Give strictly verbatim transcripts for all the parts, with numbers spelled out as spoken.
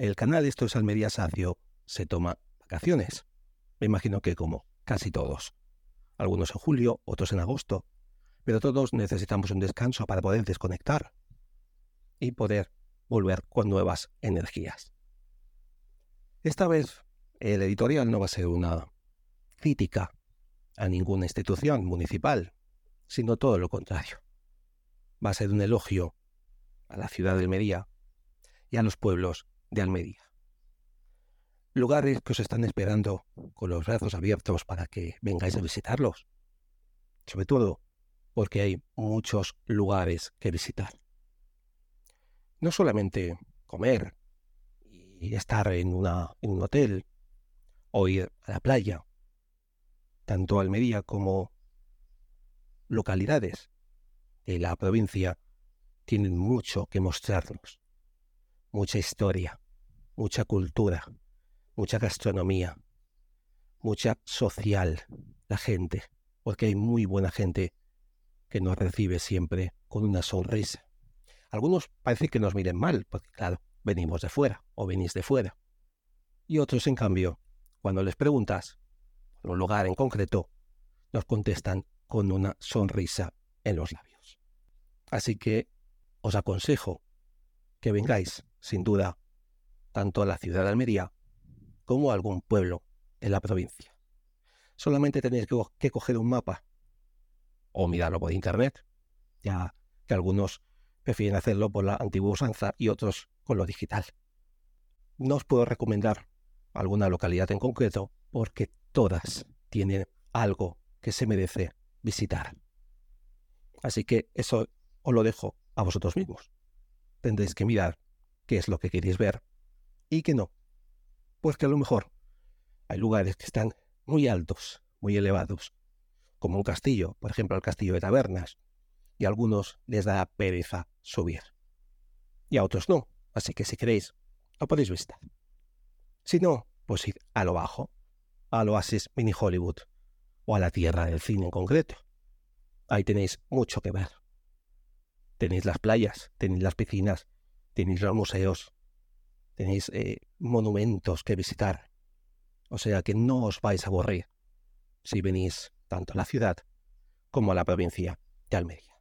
el canal Esto es Almería Sacio se toma vacaciones. Me imagino que como casi todos. Algunos en julio, otros en agosto. Pero todos necesitamos un descanso para poder desconectar y poder volver con nuevas energías. Esta vez el editorial no va a ser una crítica a ninguna institución municipal, sino todo lo contrario. Va a ser un elogio a la ciudad de Almería y a los pueblos de Almería. Lugares que os están esperando con los brazos abiertos para que vengáis a visitarlos. Sobre todo porque hay muchos lugares que visitar. No solamente comer y estar en, una, en un hotel o ir a la playa. Tanto Almería como localidades de la provincia tienen mucho que mostrarnos. Mucha historia, mucha cultura, mucha gastronomía, mucha social, la gente, porque hay muy buena gente que nos recibe siempre con una sonrisa. Algunos parece que nos miren mal, porque claro, venimos de fuera o venís de fuera. Y otros, en cambio, cuando les preguntas por un lugar en concreto, nos contestan con una sonrisa en los labios. Así que os aconsejo que vengáis, sin duda, tanto a la ciudad de Almería como a algún pueblo en la provincia. Solamente tenéis que, que coger un mapa o mirarlo por internet, ya que algunos prefieren hacerlo por la antigua usanza y otros con lo digital. No os puedo recomendar alguna localidad en concreto porque todas tienen algo que se merece visitar. Así que eso os lo dejo a vosotros mismos. Tendréis que mirar qué es lo que queréis ver y qué no. Pues que a lo mejor hay lugares que están muy altos, muy elevados, como un castillo, por ejemplo el castillo de Tabernas, y a algunos les da pereza subir. Y a otros no, así que si queréis, lo podéis visitar. Si no, pues id a lo bajo, al Oasis Mini Hollywood, o a la tierra del cine en concreto. Ahí tenéis mucho que ver. Tenéis las playas, tenéis las piscinas, tenéis los museos, tenéis eh, monumentos que visitar. O sea que no os vais a aburrir si venís tanto a la ciudad como a la provincia de Almería.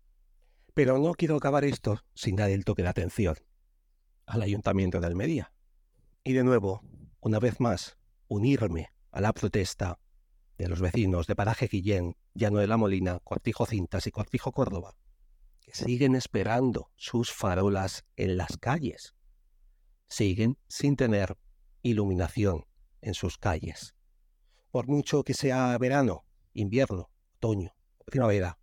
Pero no quiero acabar esto sin dar el toque de atención al Ayuntamiento de Almería. Y de nuevo, una vez más, unirme a la protesta de los vecinos de Paraje Guillén, Llano de la Molina, Cortijo Cintas y Cortijo Córdoba, que siguen esperando sus farolas en las calles. Siguen sin tener iluminación en sus calles. Por mucho que sea verano, invierno, otoño, primavera,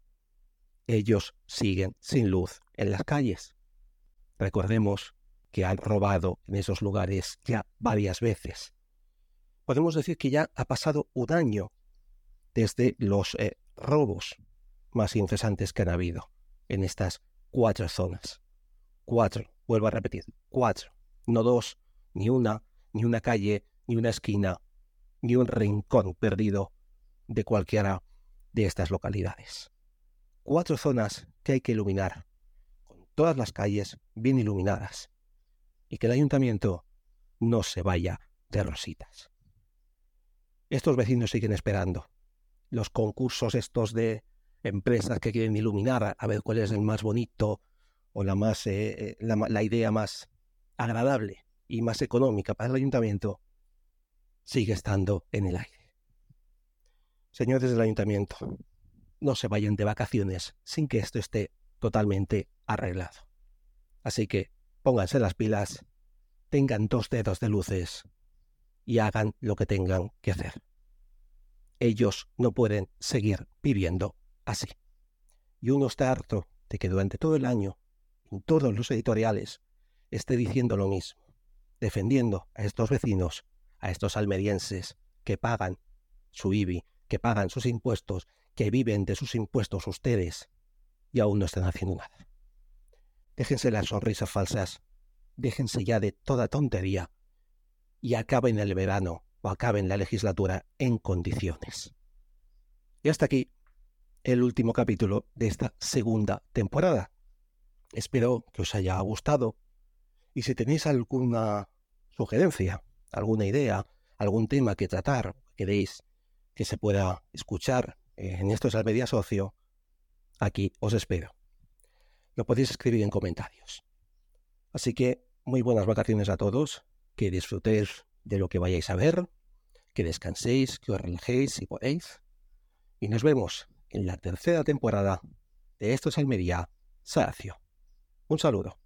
ellos siguen sin luz en las calles. Recordemos que han robado en esos lugares ya varias veces. Podemos decir que ya ha pasado un año desde los eh, robos más incesantes que han habido en estas cuatro zonas. Cuatro, vuelvo a repetir, cuatro. No dos, ni una, ni una calle, ni una esquina, ni un rincón perdido de cualquiera de estas localidades. Cuatro zonas que hay que iluminar, con todas las calles bien iluminadas, y que el ayuntamiento no se vaya de rositas. Estos vecinos siguen esperando los concursos estos de empresas que quieren iluminar a ver cuál es el más bonito o la, más, eh, la, la idea más agradable y más económica para el ayuntamiento, sigue estando en el aire. Señores del ayuntamiento, no se vayan de vacaciones sin que esto esté totalmente arreglado. Así que pónganse las pilas, tengan dos dedos de luces y hagan lo que tengan que hacer. Ellos no pueden seguir viviendo así. Y uno está harto de que durante todo el año, en todos los editoriales, esté diciendo lo mismo, defendiendo a estos vecinos, a estos almerienses que pagan su I B I, que pagan sus impuestos, que viven de sus impuestos ustedes, y aún no están haciendo nada. Déjense las sonrisas falsas, déjense ya de toda tontería y acaben el verano o acaben la legislatura en condiciones. Y hasta aquí el último capítulo de esta segunda temporada. Espero que os haya gustado y si tenéis alguna sugerencia, alguna idea, algún tema que tratar, queréis que se pueda escuchar en Esto es Almería Socio, aquí os espero. Lo podéis escribir en comentarios. Así que muy buenas vacaciones a todos, que disfrutéis de lo que vayáis a ver, que descanséis, que os relajéis si podéis. Y nos vemos en la tercera temporada de Esto es Almería Socio. Un saludo.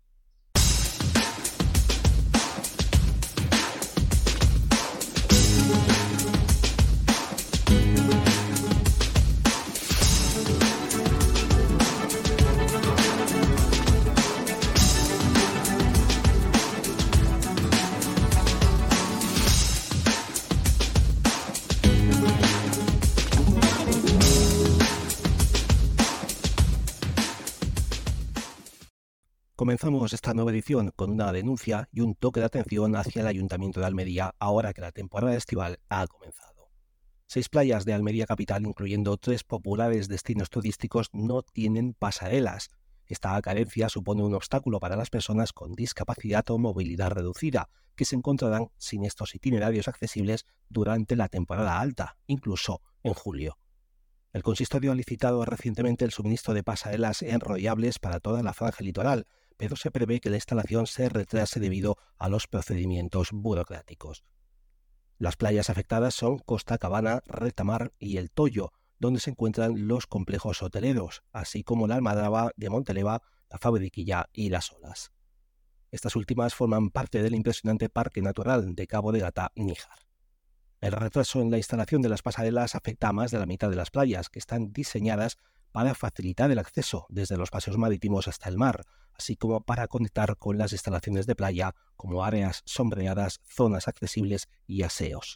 Comenzamos esta nueva edición con una denuncia y un toque de atención hacia el Ayuntamiento de Almería ahora que la temporada estival ha comenzado. Seis playas de Almería capital, incluyendo tres populares destinos turísticos, no tienen pasarelas. Esta carencia supone un obstáculo para las personas con discapacidad o movilidad reducida, que se encontrarán sin estos itinerarios accesibles durante la temporada alta, incluso en julio. El consistorio ha licitado recientemente el suministro de pasarelas enrollables para toda la franja litoral, pero se prevé que la instalación se retrase debido a los procedimientos burocráticos. Las playas afectadas son Costa Cabana, Retamar y El Toyo, donde se encuentran los complejos hoteleros, así como la Almadraba de Monteleva, la Fabriquilla y Las Olas. Estas últimas forman parte del impresionante Parque Natural de Cabo de Gata-Níjar. El retraso en la instalación de las pasarelas afecta a más de la mitad de las playas, que están diseñadas para facilitar el acceso desde los paseos marítimos hasta el mar, así como para conectar con las instalaciones de playa como áreas sombreadas, zonas accesibles y aseos.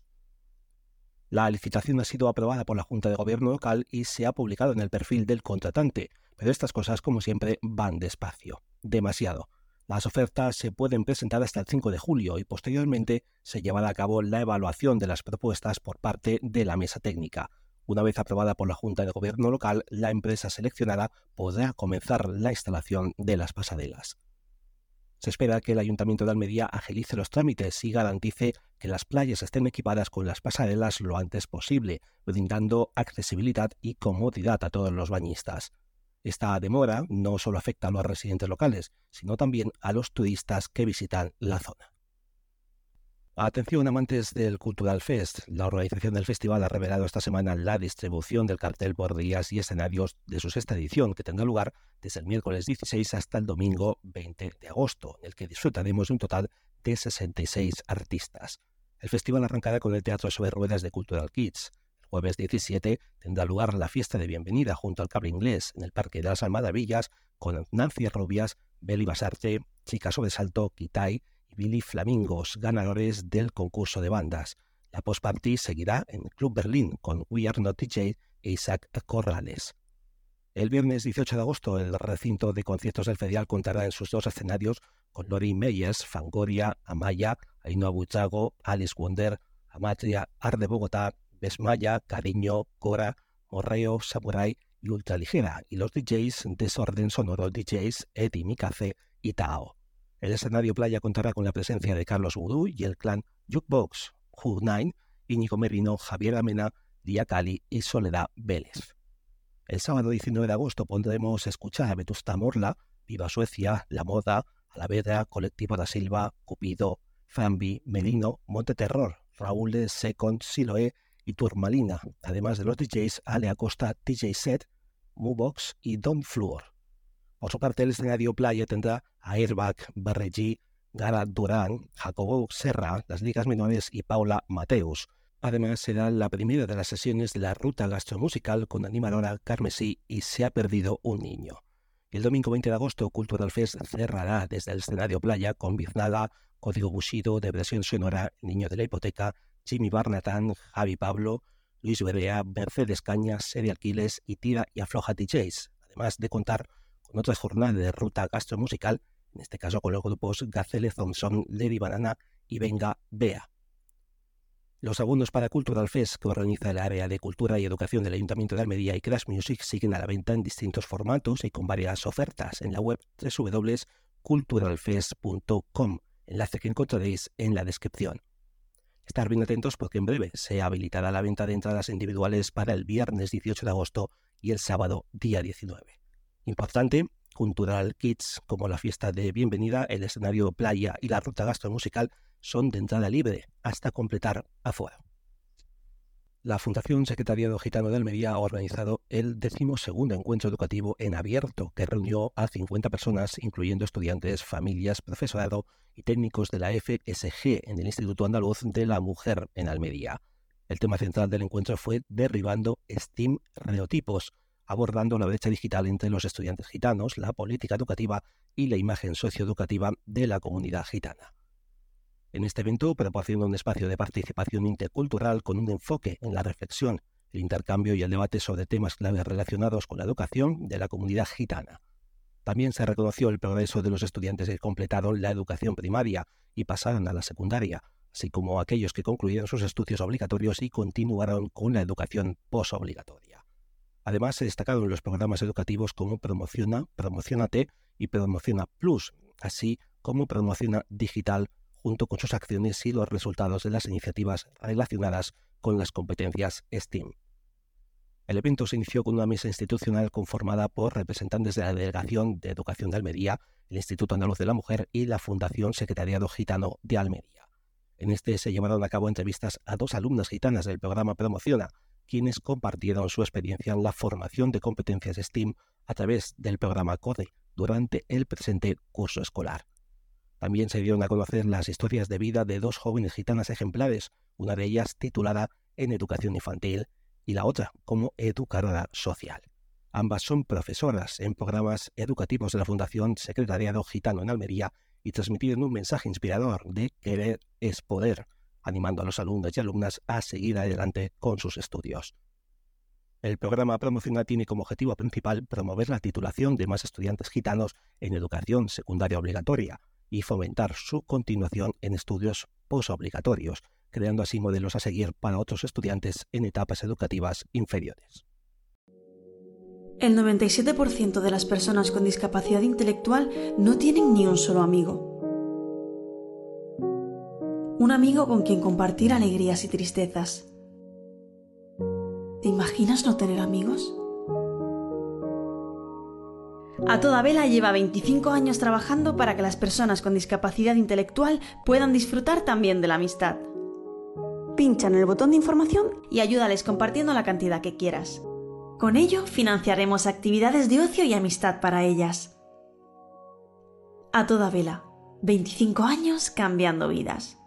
La licitación ha sido aprobada por la Junta de Gobierno local y se ha publicado en el perfil del contratante, pero estas cosas, como siempre, van despacio, demasiado. Las ofertas se pueden presentar hasta el cinco de julio y posteriormente se llevará a cabo la evaluación de las propuestas por parte de la mesa técnica. Una vez aprobada por la Junta de Gobierno local, la empresa seleccionada podrá comenzar la instalación de las pasarelas. Se espera que el Ayuntamiento de Almería agilice los trámites y garantice que las playas estén equipadas con las pasarelas lo antes posible, brindando accesibilidad y comodidad a todos los bañistas. Esta demora no solo afecta a los residentes locales, sino también a los turistas que visitan la zona. Atención amantes del Cultural Fest. La organización del festival ha revelado esta semana la distribución del cartel por días y escenarios de su sexta edición, que tendrá lugar desde el miércoles dieciséis hasta el domingo veinte de agosto, en el que disfrutaremos de un total de sesenta y seis artistas. El festival arrancará con el Teatro sobre Ruedas de Cultural Kids. El jueves diecisiete tendrá lugar la fiesta de bienvenida junto al Cable Inglés en el Parque de las Almadavillas con Nancy Rubias, Beli Basarte, Chica Sobresalto, Kitai y Billy Flamingos, ganadores del concurso de bandas. La post-party seguirá en el Club Berlín con We Are Not D J e Isaac Corrales. El viernes dieciocho de agosto, el recinto de conciertos del Ferial contará en sus dos escenarios con Lori Meyers, Fangoria, Amaya, Ainhoa Buitrago, Alice Wonder, Amatria, Art de Bogotá, Besmaya, Cariño, Cora, Morreo, Samurai y Ultraligera, y los D Js Desorden Sonoro D Js, Eddie Mikase y Tao. El escenario playa contará con la presencia de Carlos Vudú y el clan Jukebox, Hug Nine, Íñigo Merino, Javier Amena, Día Cali y Soledad Vélez. El sábado diecinueve de agosto pondremos escuchar a Vetusta Morla, Viva Suecia, La Moda, Alavera, Colectivo da Silva, Cupido, Zambi, Melino, Monte Terror, Raúl, Second, Siloé y Turmalina, además de los D Js Ale Acosta, D J Set, Mobox y Don Fluor. Por su parte, el escenario playa tendrá a Airbag, Barregi, Gara Durán, Jacobo Serra, las ligas menores y Paula Mateus. Además, será la primera de las sesiones de la ruta gastromusical con animadora Carmesí y Se ha perdido un niño. El domingo veinte de agosto, Cultural Fest cerrará desde el escenario playa con Biznada, Código Bushido, Depresión Sonora, El Niño de la Hipoteca, Jimmy Barnatán, Javi Pablo, Luis Berea, Mercedes Cañas, Serial Killers y Tira y Afloja D Js, además de contar con otras jornadas de ruta gastromusical, en este caso con los grupos Gazelle Thompson, Lady Banana y Venga Bea. Los abonos para Cultural Fest que organiza el área de Cultura y Educación del Ayuntamiento de Almería y Crash Music siguen a la venta en distintos formatos y con varias ofertas en la web doble u doble u doble u punto culturalfest punto com enlace que encontraréis en la descripción. Estar bien atentos porque en breve se habilitará la venta de entradas individuales para el viernes dieciocho de agosto y el sábado día diecinueve. Importante, Cultural Kids, como la fiesta de bienvenida, el escenario playa y la ruta gastromusical son de entrada libre hasta completar aforo. La Fundación Secretariado Gitano de Almería ha organizado el decimosegundo encuentro educativo en abierto que reunió a cincuenta personas, incluyendo estudiantes, familias, profesorado y técnicos de la F S G en el Instituto Andaluz de la Mujer en Almería. El tema central del encuentro fue Derribando STEAM Reotipos, abordando la brecha digital entre los estudiantes gitanos, la política educativa y la imagen socioeducativa de la comunidad gitana. En este evento proporciona un espacio de participación intercultural con un enfoque en la reflexión, el intercambio y el debate sobre temas claves relacionados con la educación de la comunidad gitana. También se reconoció el progreso de los estudiantes que completaron la educación primaria y pasaron a la secundaria, así como aquellos que concluyeron sus estudios obligatorios y continuaron con la educación posobligatoria. Además, se destacaron los programas educativos como Promociona, Promocionate y Promociona Plus, así como Promociona Digital, junto con sus acciones y los resultados de las iniciativas relacionadas con las competencias STEAM. El evento se inició con una mesa institucional conformada por representantes de la Delegación de Educación de Almería, el Instituto Andaluz de la Mujer y la Fundación Secretariado Gitano de Almería. En este se llevaron a cabo entrevistas a dos alumnas gitanas del programa Promociona, quienes compartieron su experiencia en la formación de competencias STEAM a través del programa CODE durante el presente curso escolar. También se dieron a conocer las historias de vida de dos jóvenes gitanas ejemplares, una de ellas titulada En Educación Infantil y la otra como educadora social. Ambas son profesoras en programas educativos de la Fundación Secretariado Gitano en Almería y transmitieron un mensaje inspirador de querer es poder, animando a los alumnos y alumnas a seguir adelante con sus estudios. El programa Promociona tiene como objetivo principal promover la titulación de más estudiantes gitanos en educación secundaria obligatoria y fomentar su continuación en estudios posobligatorios, creando así modelos a seguir para otros estudiantes en etapas educativas inferiores. El noventa y siete por ciento de las personas con discapacidad intelectual no tienen ni un solo amigo. Un amigo con quien compartir alegrías y tristezas. ¿Te imaginas no tener amigos? A Toda Vela lleva veinticinco años trabajando para que las personas con discapacidad intelectual puedan disfrutar también de la amistad. Pincha en el botón de información y ayúdales compartiendo la cantidad que quieras. Con ello financiaremos actividades de ocio y amistad para ellas. A Toda Vela, veinticinco años cambiando vidas.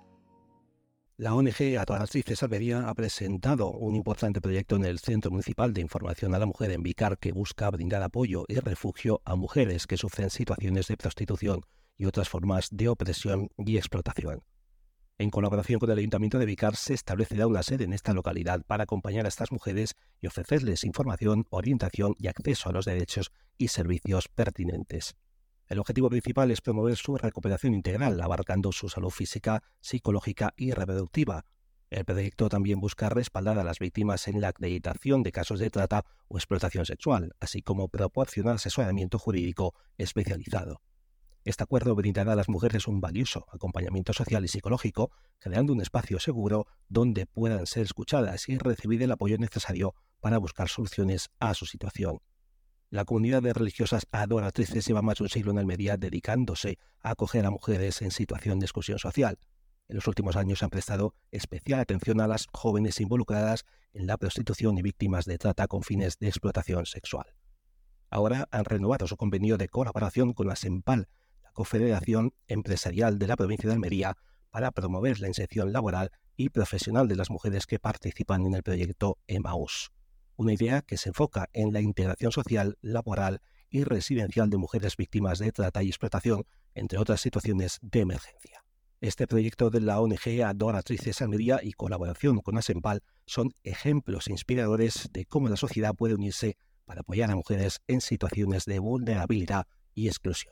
La O N G Adoratrices Almería ha presentado un importante proyecto en el Centro Municipal de Información a la Mujer en Vícar que busca brindar apoyo y refugio a mujeres que sufren situaciones de prostitución y otras formas de opresión y explotación. En colaboración con el Ayuntamiento de Vícar se establecerá una sede en esta localidad para acompañar a estas mujeres y ofrecerles información, orientación y acceso a los derechos y servicios pertinentes. El objetivo principal es promover su recuperación integral, abarcando su salud física, psicológica y reproductiva. El proyecto también busca respaldar a las víctimas en la acreditación de casos de trata o explotación sexual, así como proporcionar asesoramiento jurídico especializado. Este acuerdo brindará a las mujeres un valioso acompañamiento social y psicológico, creando un espacio seguro donde puedan ser escuchadas y recibir el apoyo necesario para buscar soluciones a su situación. La comunidad de religiosas adoratrices lleva más de un siglo en Almería dedicándose a acoger a mujeres en situación de exclusión social. En los últimos años han prestado especial atención a las jóvenes involucradas en la prostitución y víctimas de trata con fines de explotación sexual. Ahora han renovado su convenio de colaboración con la SEMPAL, la Confederación Empresarial de la provincia de Almería, para promover la inserción laboral y profesional de las mujeres que participan en el proyecto Emmaus. Una idea que se enfoca en la integración social, laboral y residencial de mujeres víctimas de trata y explotación, entre otras situaciones de emergencia. Este proyecto de la O N G Adoratrices Almería y colaboración con ASEMPAL son ejemplos inspiradores de cómo la sociedad puede unirse para apoyar a mujeres en situaciones de vulnerabilidad y exclusión.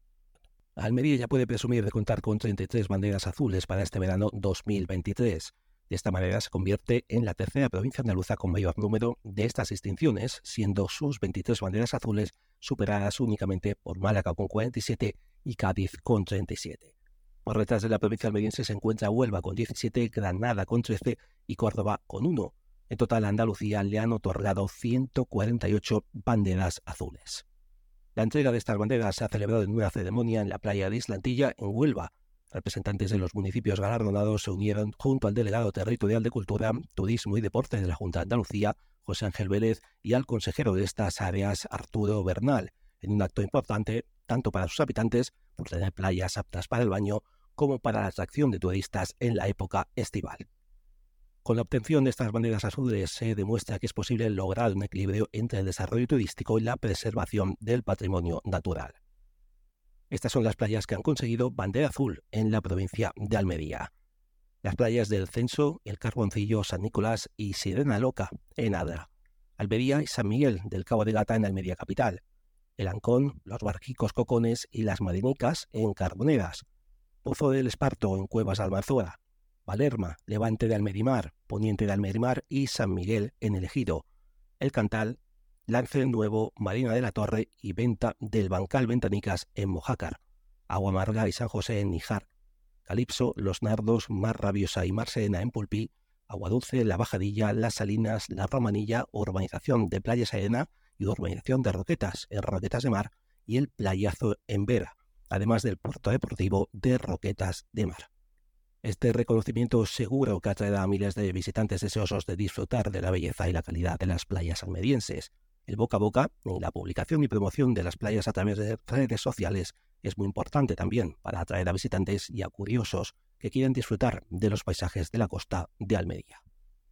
Almería ya puede presumir de contar con treinta y tres banderas azules para este verano dos mil veintitrés. De esta manera se convierte en la tercera provincia andaluza con mayor número de estas distinciones, siendo sus veintitrés banderas azules superadas únicamente por Málaga con cuarenta y siete y Cádiz con treinta y siete. Por detrás de la provincia almeriense se encuentra Huelva con diecisiete, Granada con trece y Córdoba con uno. En total, a Andalucía le han otorgado ciento cuarenta y ocho banderas azules. La entrega de estas banderas se ha celebrado en una ceremonia en la playa de Islantilla, en Huelva. Representantes de los municipios galardonados se unieron junto al delegado territorial de Cultura, Turismo y Deporte de la Junta de Andalucía, José Ángel Vélez, y al consejero de estas áreas, Arturo Bernal, en un acto importante tanto para sus habitantes, por tener playas aptas para el baño, como para la atracción de turistas en la época estival. Con la obtención de estas banderas azules se demuestra que es posible lograr un equilibrio entre el desarrollo turístico y la preservación del patrimonio natural. Estas son las playas que han conseguido bandera azul en la provincia de Almería. Las playas del Censo, El Carboncillo, San Nicolás y Sirena Loca en Adra. Almería y San Miguel del Cabo de Gata en Almería capital. El Ancón, Los Barquicos Cocones y Las Marinicas en Carboneras. Pozo del Esparto en Cuevas de Almanzora. Valerma, Levante de Almerimar, Poniente de Almerimar y San Miguel en El Ejido. El Cantal, Lance Nuevo, Marina de la Torre y Venta del Bancal Ventanicas en Mojácar. Agua Amarga y San José en Níjar. Calipso, Los Nardos, Mar Rabiosa y Mar Serena en Pulpí. Agua Dulce, La Bajadilla, Las Salinas, La Romanilla, Urbanización de Playa Serena y Urbanización de Roquetas en Roquetas de Mar y el Playazo en Vera, además del puerto deportivo de Roquetas de Mar. Este reconocimiento seguro que atraerá a miles de visitantes deseosos de disfrutar de la belleza y la calidad de las playas almerienses. El boca a boca y la publicación y promoción de las playas a través de redes sociales es muy importante también para atraer a visitantes y a curiosos que quieran disfrutar de los paisajes de la costa de Almería.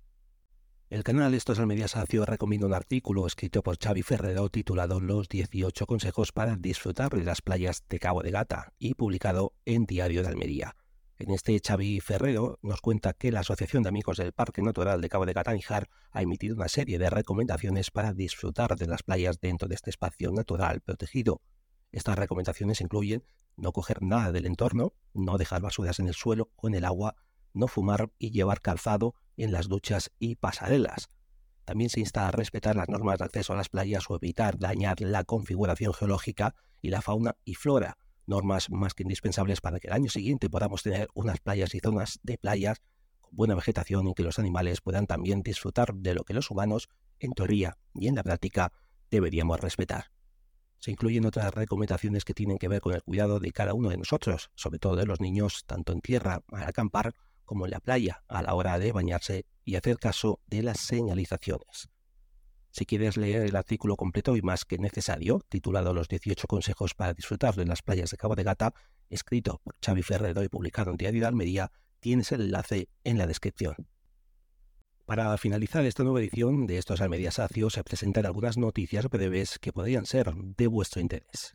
El canal Esto es Almería Sacio recomienda un artículo escrito por Xavi Ferrero titulado Los dieciocho consejos para disfrutar de las playas de Cabo de Gata y publicado en Diario de Almería. En este, Xavi Ferrero nos cuenta que la Asociación de Amigos del Parque Natural de Cabo de Gata Níjar ha emitido una serie de recomendaciones para disfrutar de las playas dentro de este espacio natural protegido. Estas recomendaciones incluyen no coger nada del entorno, no dejar basuras en el suelo o en el agua, no fumar y llevar calzado en las duchas y pasarelas. También se insta a respetar las normas de acceso a las playas o evitar dañar la configuración geológica y la fauna y flora, normas más que indispensables para que el año siguiente podamos tener unas playas y zonas de playas con buena vegetación y que los animales puedan también disfrutar de lo que los humanos, en teoría y en la práctica, deberíamos respetar. Se incluyen otras recomendaciones que tienen que ver con el cuidado de cada uno de nosotros, sobre todo de los niños, tanto en tierra al acampar como en la playa a la hora de bañarse y hacer caso de las señalizaciones. Si quieres leer el artículo completo y más que necesario, titulado Los dieciocho consejos para disfrutar de las playas de Cabo de Gata, escrito por Xavi Ferrero y publicado en Diario de Almería, tienes el enlace en la descripción. Para finalizar esta nueva edición de Estos Almería Sacio, se presentan algunas noticias breves que podrían ser de vuestro interés.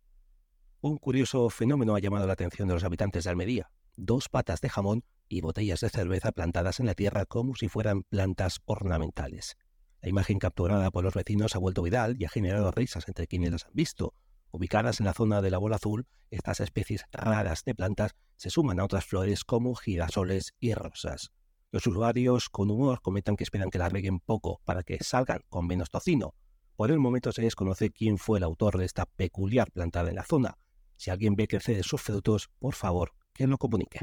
Un curioso fenómeno ha llamado la atención de los habitantes de Almería. Dos patas de jamón y botellas de cerveza plantadas en la tierra como si fueran plantas ornamentales. La imagen capturada por los vecinos ha vuelto viral y ha generado risas entre quienes las han visto. Ubicadas en la zona de la bola azul, estas especies raras de plantas se suman a otras flores como girasoles y rosas. Los usuarios con humor comentan que esperan que la rieguen poco para que salgan con menos tocino. Por el momento se desconoce quién fue el autor de esta peculiar plantada en la zona. Si alguien ve crecer sus frutos, por favor, que lo comunique.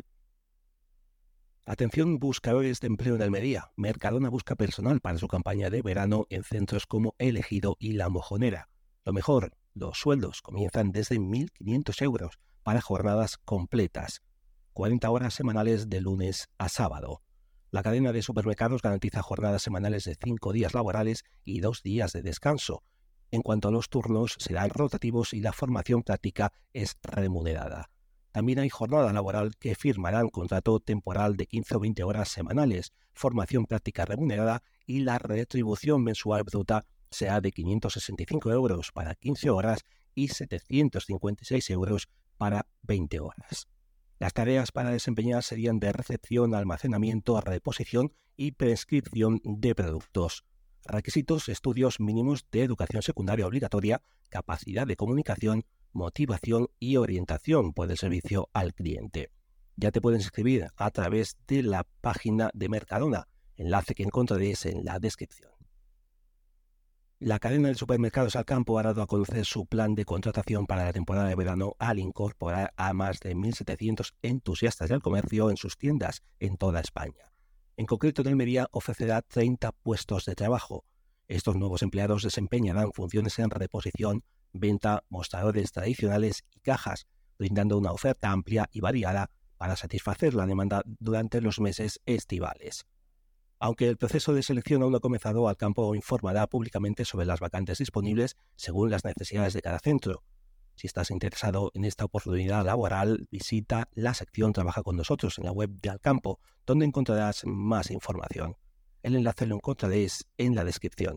Atención buscadores de empleo en Almería. Mercadona busca personal para su campaña de verano en centros como El Ejido y La Mojonera. Lo mejor, los sueldos comienzan desde mil quinientos euros para jornadas completas. cuarenta horas semanales de lunes a sábado. La cadena de supermercados garantiza jornadas semanales de cinco días laborales y dos días de descanso. En cuanto a los turnos, serán rotativos y la formación práctica es remunerada. También hay jornada laboral que firmarán contrato temporal de quince o veinte horas semanales, formación práctica remunerada y la retribución mensual bruta será de quinientos sesenta y cinco euros para quince horas y setecientos cincuenta y seis euros para veinte horas. Las tareas para desempeñar serían de recepción, almacenamiento, reposición y prescripción de productos. Requisitos: estudios mínimos de educación secundaria obligatoria, capacidad de comunicación, motivación y orientación por el servicio al cliente. Ya te puedes inscribir a través de la página de Mercadona, enlace que encontraréis en la descripción. La cadena de supermercados Alcampo ha dado a conocer su plan de contratación para la temporada de verano al incorporar a más de mil setecientos entusiastas del comercio en sus tiendas en toda España. En concreto, en Almería ofrecerá treinta puestos de trabajo. Estos nuevos empleados desempeñarán funciones en reposición, venta, mostradores tradicionales y cajas, brindando una oferta amplia y variada para satisfacer la demanda durante los meses estivales. Aunque el proceso de selección aún no ha comenzado, Alcampo informará públicamente sobre las vacantes disponibles según las necesidades de cada centro. Si estás interesado en esta oportunidad laboral, visita la sección Trabaja con nosotros en la web de Alcampo, donde encontrarás más información. El enlace lo encontraréis en la descripción.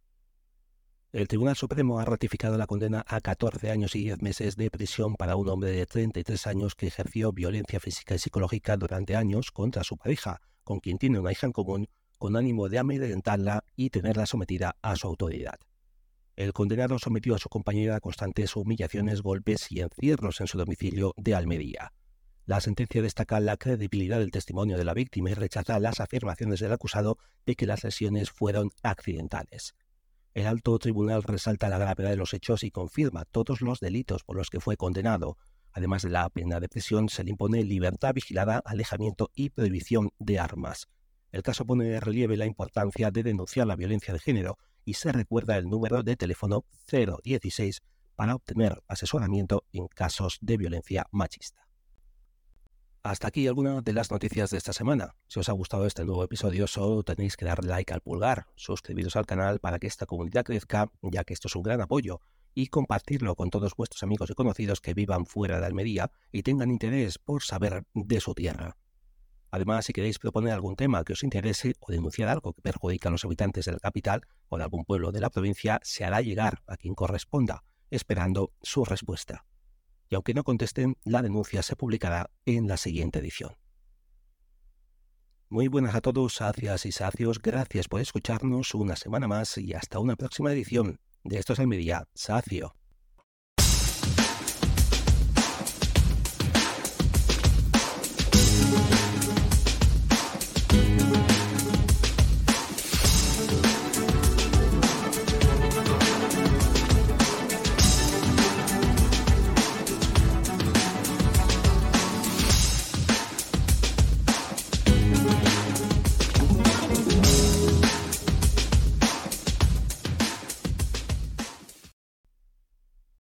El Tribunal Supremo ha ratificado la condena a catorce años y diez meses de prisión para un hombre de treinta y tres años que ejerció violencia física y psicológica durante años contra su pareja, con quien tiene una hija en común, con ánimo de amedrentarla y tenerla sometida a su autoridad. El condenado sometió a su compañera a constantes humillaciones, golpes y encierros en su domicilio de Almería. La sentencia destaca la credibilidad del testimonio de la víctima y rechaza las afirmaciones del acusado de que las lesiones fueron accidentales. El alto tribunal resalta la gravedad de los hechos y confirma todos los delitos por los que fue condenado. Además de la pena de prisión, se le impone libertad vigilada, alejamiento y prohibición de armas. El caso pone de relieve la importancia de denunciar la violencia de género y se recuerda el número de teléfono cero dieciséis para obtener asesoramiento en casos de violencia machista. Hasta aquí algunas de las noticias de esta semana. Si os ha gustado este nuevo episodio, solo tenéis que darle like al pulgar, suscribiros al canal para que esta comunidad crezca, ya que esto es un gran apoyo, y compartirlo con todos vuestros amigos y conocidos que vivan fuera de Almería y tengan interés por saber de su tierra. Además, si queréis proponer algún tema que os interese o denunciar algo que perjudica a los habitantes de la capital o de algún pueblo de la provincia, se hará llegar a quien corresponda, esperando su respuesta. Y aunque no contesten, la denuncia se publicará en la siguiente edición. Muy buenas a todos, sacias y sacios, gracias por escucharnos una semana más y hasta una próxima edición de Esto es Almería, Sacio.